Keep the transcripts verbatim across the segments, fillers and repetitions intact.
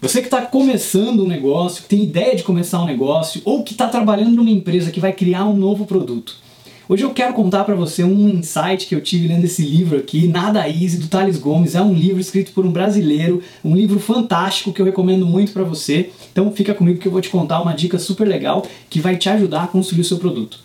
Você que está começando um negócio, que tem ideia de começar um negócio, ou que está trabalhando numa empresa que vai criar um novo produto. Hoje eu quero contar para você um insight que eu tive lendo esse livro aqui, Nada Easy, do Tales Gomes. É um livro escrito por um brasileiro, um livro fantástico que eu recomendo muito para você. Então fica comigo que eu vou te contar uma dica super legal que vai te ajudar a construir o seu produto.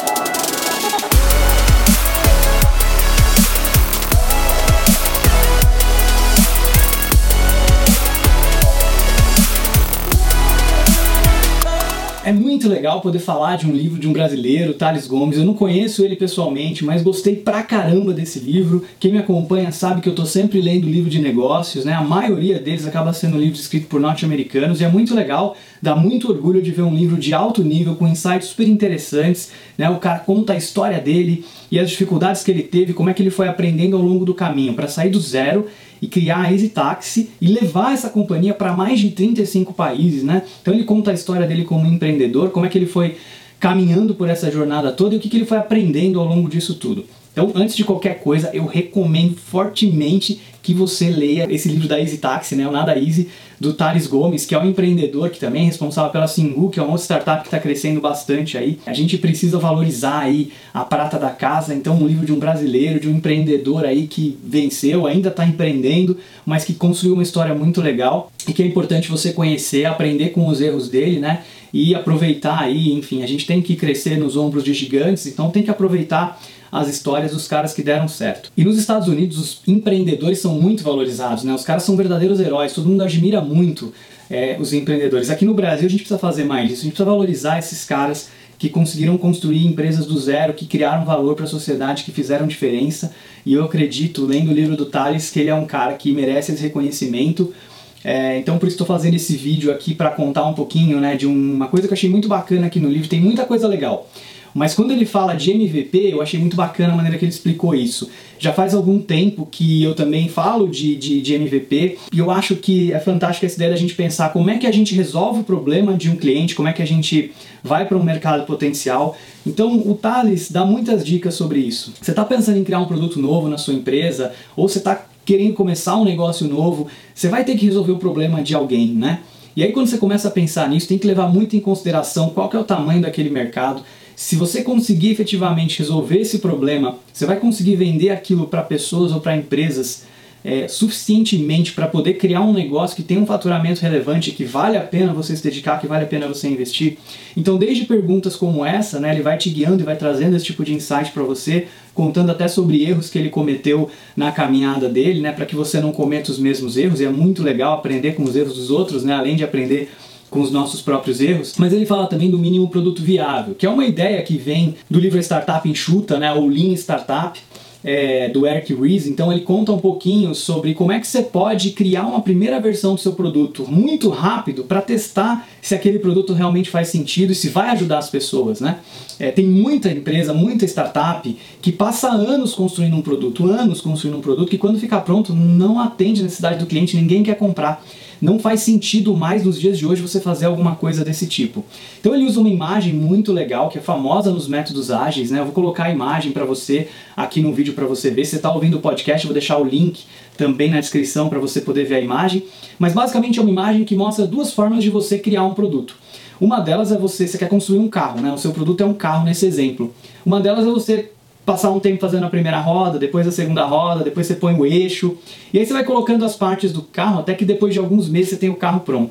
É muito legal poder falar de um livro de um brasileiro, Tales Gomes. Eu não conheço ele pessoalmente, mas gostei pra caramba desse livro. Quem me acompanha sabe que eu tô sempre lendo livro de negócios, né? A maioria deles acaba sendo livros escritos por norte-americanos e é muito legal, dá muito orgulho de ver um livro de alto nível, com insights super interessantes, né? O cara conta a história dele e as dificuldades que ele teve, como é que ele foi aprendendo ao longo do caminho para sair do zero e criar a Easy Taxi e levar essa companhia para mais de trinta e cinco países, né? Então ele conta a história dele como empreendedor, como é que ele foi caminhando por essa jornada toda e o que, que ele foi aprendendo ao longo disso tudo. Então, antes de qualquer coisa, eu recomendo fortemente que você leia esse livro da Easy Taxi, né, o Nada Easy, do Tales Gomes, que é um empreendedor que também é responsável pela Singu, que é uma outra startup que está crescendo bastante aí. A gente precisa valorizar aí a prata da casa, então um livro de um brasileiro, de um empreendedor aí que venceu, ainda está empreendendo, mas que construiu uma história muito legal e que é importante você conhecer, aprender com os erros dele, né, e aproveitar aí, enfim, a gente tem que crescer nos ombros de gigantes, então tem que aproveitar as histórias dos caras que deram certo. E nos Estados Unidos os empreendedores são muito valorizados, né? Os caras são verdadeiros heróis, todo mundo admira muito é, os empreendedores. Aqui no Brasil a gente precisa fazer mais disso, a gente precisa valorizar esses caras que conseguiram construir empresas do zero, que criaram valor para a sociedade, que fizeram diferença. E eu acredito, lendo o livro do Tales, que ele é um cara que merece esse reconhecimento. É, então por isso estou fazendo esse vídeo aqui para contar um pouquinho, né, de uma coisa que eu achei muito bacana aqui no livro. Tem muita coisa legal. Mas quando ele fala de M V P, eu achei muito bacana a maneira que ele explicou isso. Já faz algum tempo que eu também falo de, de, de M V P, e eu acho que é fantástica essa ideia da gente pensar como é que a gente resolve o problema de um cliente, como é que a gente vai para um mercado potencial. Então o Tales dá muitas dicas sobre isso. Você está pensando em criar um produto novo na sua empresa, ou você está querendo começar um negócio novo, você vai ter que resolver o problema de alguém, né? E aí quando você começa a pensar nisso, tem que levar muito em consideração qual que é o tamanho daquele mercado. Se você conseguir efetivamente resolver esse problema, você vai conseguir vender aquilo para pessoas ou para empresas é, suficientemente para poder criar um negócio que tem um faturamento relevante, que vale a pena você se dedicar, que vale a pena você investir. Então desde perguntas como essa, né, ele vai te guiando e vai trazendo esse tipo de insight para você, contando até sobre erros que ele cometeu na caminhada dele, né, para que você não cometa os mesmos erros. E é muito legal aprender com os erros dos outros, né, além de aprender com os nossos próprios erros. Mas ele fala também do mínimo produto viável, que é uma ideia que vem do livro Startup Enxuta, né, ou Lean Startup, é, do Eric Ries. Então ele conta um pouquinho sobre como é que você pode criar uma primeira versão do seu produto muito rápido para testar se aquele produto realmente faz sentido e se vai ajudar as pessoas, né? É, tem muita empresa, muita startup que passa anos construindo um produto, anos construindo um produto que quando ficar pronto não atende a necessidade do cliente, ninguém quer comprar. Não faz sentido mais nos dias de hoje você fazer alguma coisa desse tipo. Então ele usa uma imagem muito legal, que é famosa nos métodos ágeis, né? Eu vou colocar a imagem para você aqui no vídeo para você ver. Se você está ouvindo o podcast, eu vou deixar o link também na descrição para você poder ver a imagem. Mas basicamente é uma imagem que mostra duas formas de você criar um produto. Uma delas é você, você quer construir um carro, né? O seu produto é um carro nesse exemplo. Uma delas é você passar um tempo fazendo a primeira roda, depois a segunda roda, depois você põe o eixo, e aí você vai colocando as partes do carro até que depois de alguns meses você tem o carro pronto.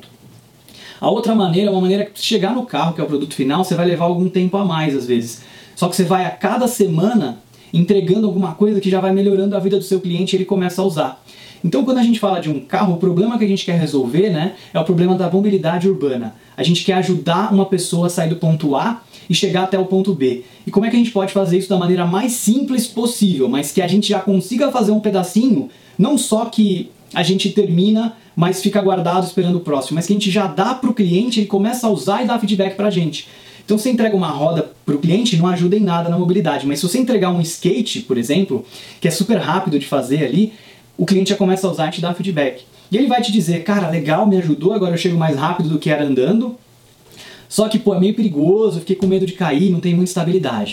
A outra maneira é uma maneira que chegar no carro, que é o produto final, você vai levar algum tempo a mais às vezes. Só que você vai a cada semana entregando alguma coisa que já vai melhorando a vida do seu cliente e ele começa a usar. Então quando a gente fala de um carro, o problema que a gente quer resolver, né, é o problema da mobilidade urbana. A gente quer ajudar uma pessoa a sair do ponto A e chegar até o ponto B. E como é que a gente pode fazer isso da maneira mais simples possível, mas que a gente já consiga fazer um pedacinho, não só que a gente termina, mas fica guardado esperando o próximo, mas que a gente já dá para o cliente, ele começa a usar e dá feedback para a gente. Então se você entrega uma roda para o cliente, não ajuda em nada na mobilidade, mas se você entregar um skate, por exemplo, que é super rápido de fazer ali, o cliente já começa a usar e te dá feedback. E ele vai te dizer, cara, legal, me ajudou, agora eu chego mais rápido do que era andando, só que, pô, é meio perigoso, eu fiquei com medo de cair, não tem muita estabilidade.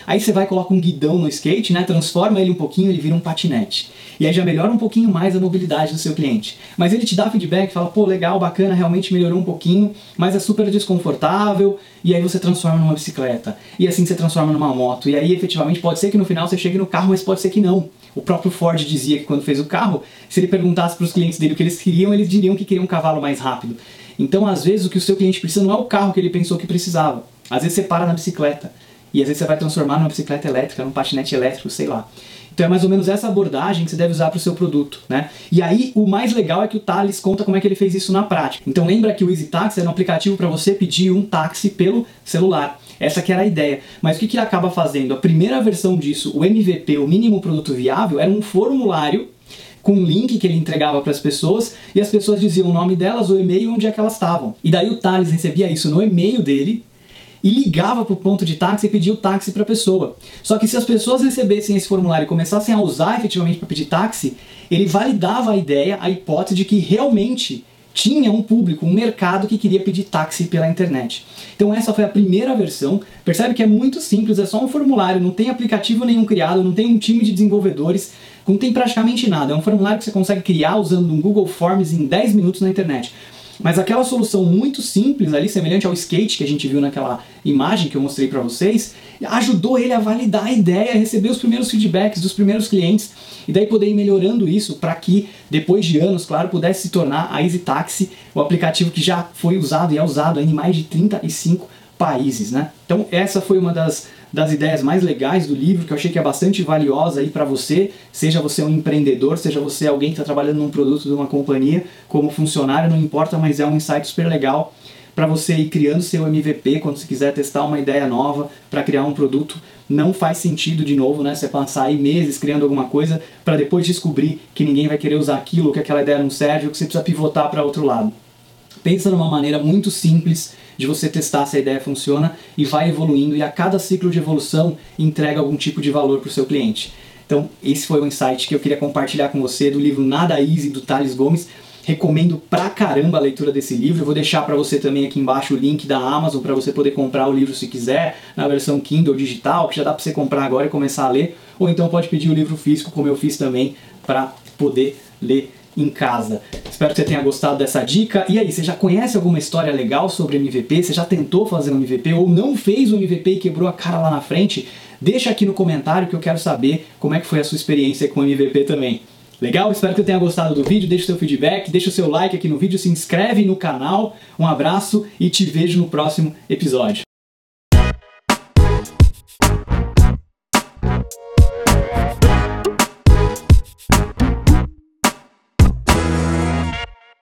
Aí você vai e coloca um guidão no skate, né? Transforma ele um pouquinho, ele vira um patinete. E aí já melhora um pouquinho mais a mobilidade do seu cliente. Mas ele te dá feedback, fala, pô, legal, bacana, realmente melhorou um pouquinho, mas é super desconfortável, e aí você transforma numa bicicleta. E assim você transforma numa moto. E aí, efetivamente, pode ser que no final você chegue no carro, mas pode ser que não. O próprio Ford dizia que quando fez o carro, se ele perguntasse para os clientes dele o que eles queriam, eles diriam que queriam um cavalo mais rápido. Então, às vezes, o que o seu cliente precisa não é o carro que ele pensou que precisava. Às vezes você para na bicicleta. E às vezes você vai transformar numa bicicleta elétrica, num patinete elétrico, sei lá. Então é mais ou menos essa abordagem que você deve usar para o seu produto, né? E aí, o mais legal é que o Thales conta como é que ele fez isso na prática. Então lembra que o Easy Taxi era um aplicativo para você pedir um táxi pelo celular. Essa que era a ideia. Mas o que, que ele acaba fazendo? A primeira versão disso, o M V P, o mínimo produto viável, era um formulário com um link que ele entregava para as pessoas e as pessoas diziam o nome delas, o e-mail, onde é que elas estavam. E daí o Thales recebia isso no e-mail dele e ligava para o ponto de táxi e pedia o táxi para a pessoa. Só que se as pessoas recebessem esse formulário e começassem a usar efetivamente para pedir táxi, ele validava a ideia, a hipótese de que realmente tinha um público, um mercado que queria pedir táxi pela internet. Então essa foi a primeira versão. Percebe que é muito simples, é só um formulário, não tem aplicativo nenhum criado, não tem um time de desenvolvedores, não tem praticamente nada. É um formulário que você consegue criar usando um Google Forms em dez minutos na internet. Mas aquela solução muito simples ali, semelhante ao skate que a gente viu naquela imagem que eu mostrei para vocês, ajudou ele a validar a ideia, a receber os primeiros feedbacks dos primeiros clientes e daí poder ir melhorando isso para que, depois de anos, claro, pudesse se tornar a Easy Taxi, o aplicativo que já foi usado e é usado em mais de trinta e cinco países, né? Então essa foi uma das, das ideias mais legais do livro, que eu achei que é bastante valiosa aí para você, seja você um empreendedor, seja você alguém que está trabalhando num produto de uma companhia, como funcionário, não importa, mas é um insight super legal para você ir criando seu M V P quando você quiser testar uma ideia nova para criar um produto. Não faz sentido, de novo, né, você passar aí meses criando alguma coisa para depois descobrir que ninguém vai querer usar aquilo, que aquela ideia não serve, ou que você precisa pivotar para outro lado. Pensa numa maneira muito simples de você testar se a ideia funciona e vai evoluindo, e a cada ciclo de evolução entrega algum tipo de valor para o seu cliente. Então esse foi o insight que eu queria compartilhar com você do livro Nada Easy, do Thales Gomes. Recomendo pra caramba a leitura desse livro. Eu vou deixar para você também aqui embaixo o link da Amazon para você poder comprar o livro se quiser, na versão Kindle digital, que já dá para você comprar agora e começar a ler, ou então pode pedir o livro físico, como eu fiz também, para poder ler em casa. Espero que você tenha gostado dessa dica. E aí, você já conhece alguma história legal sobre M V P? Você já tentou fazer um M V P ou não fez um M V P e quebrou a cara lá na frente? Deixa aqui no comentário que eu quero saber como é que foi a sua experiência com o M V P também. Legal? Espero que você tenha gostado do vídeo. Deixa o seu feedback, deixa o seu like aqui no vídeo, se inscreve no canal. Um abraço e te vejo no próximo episódio.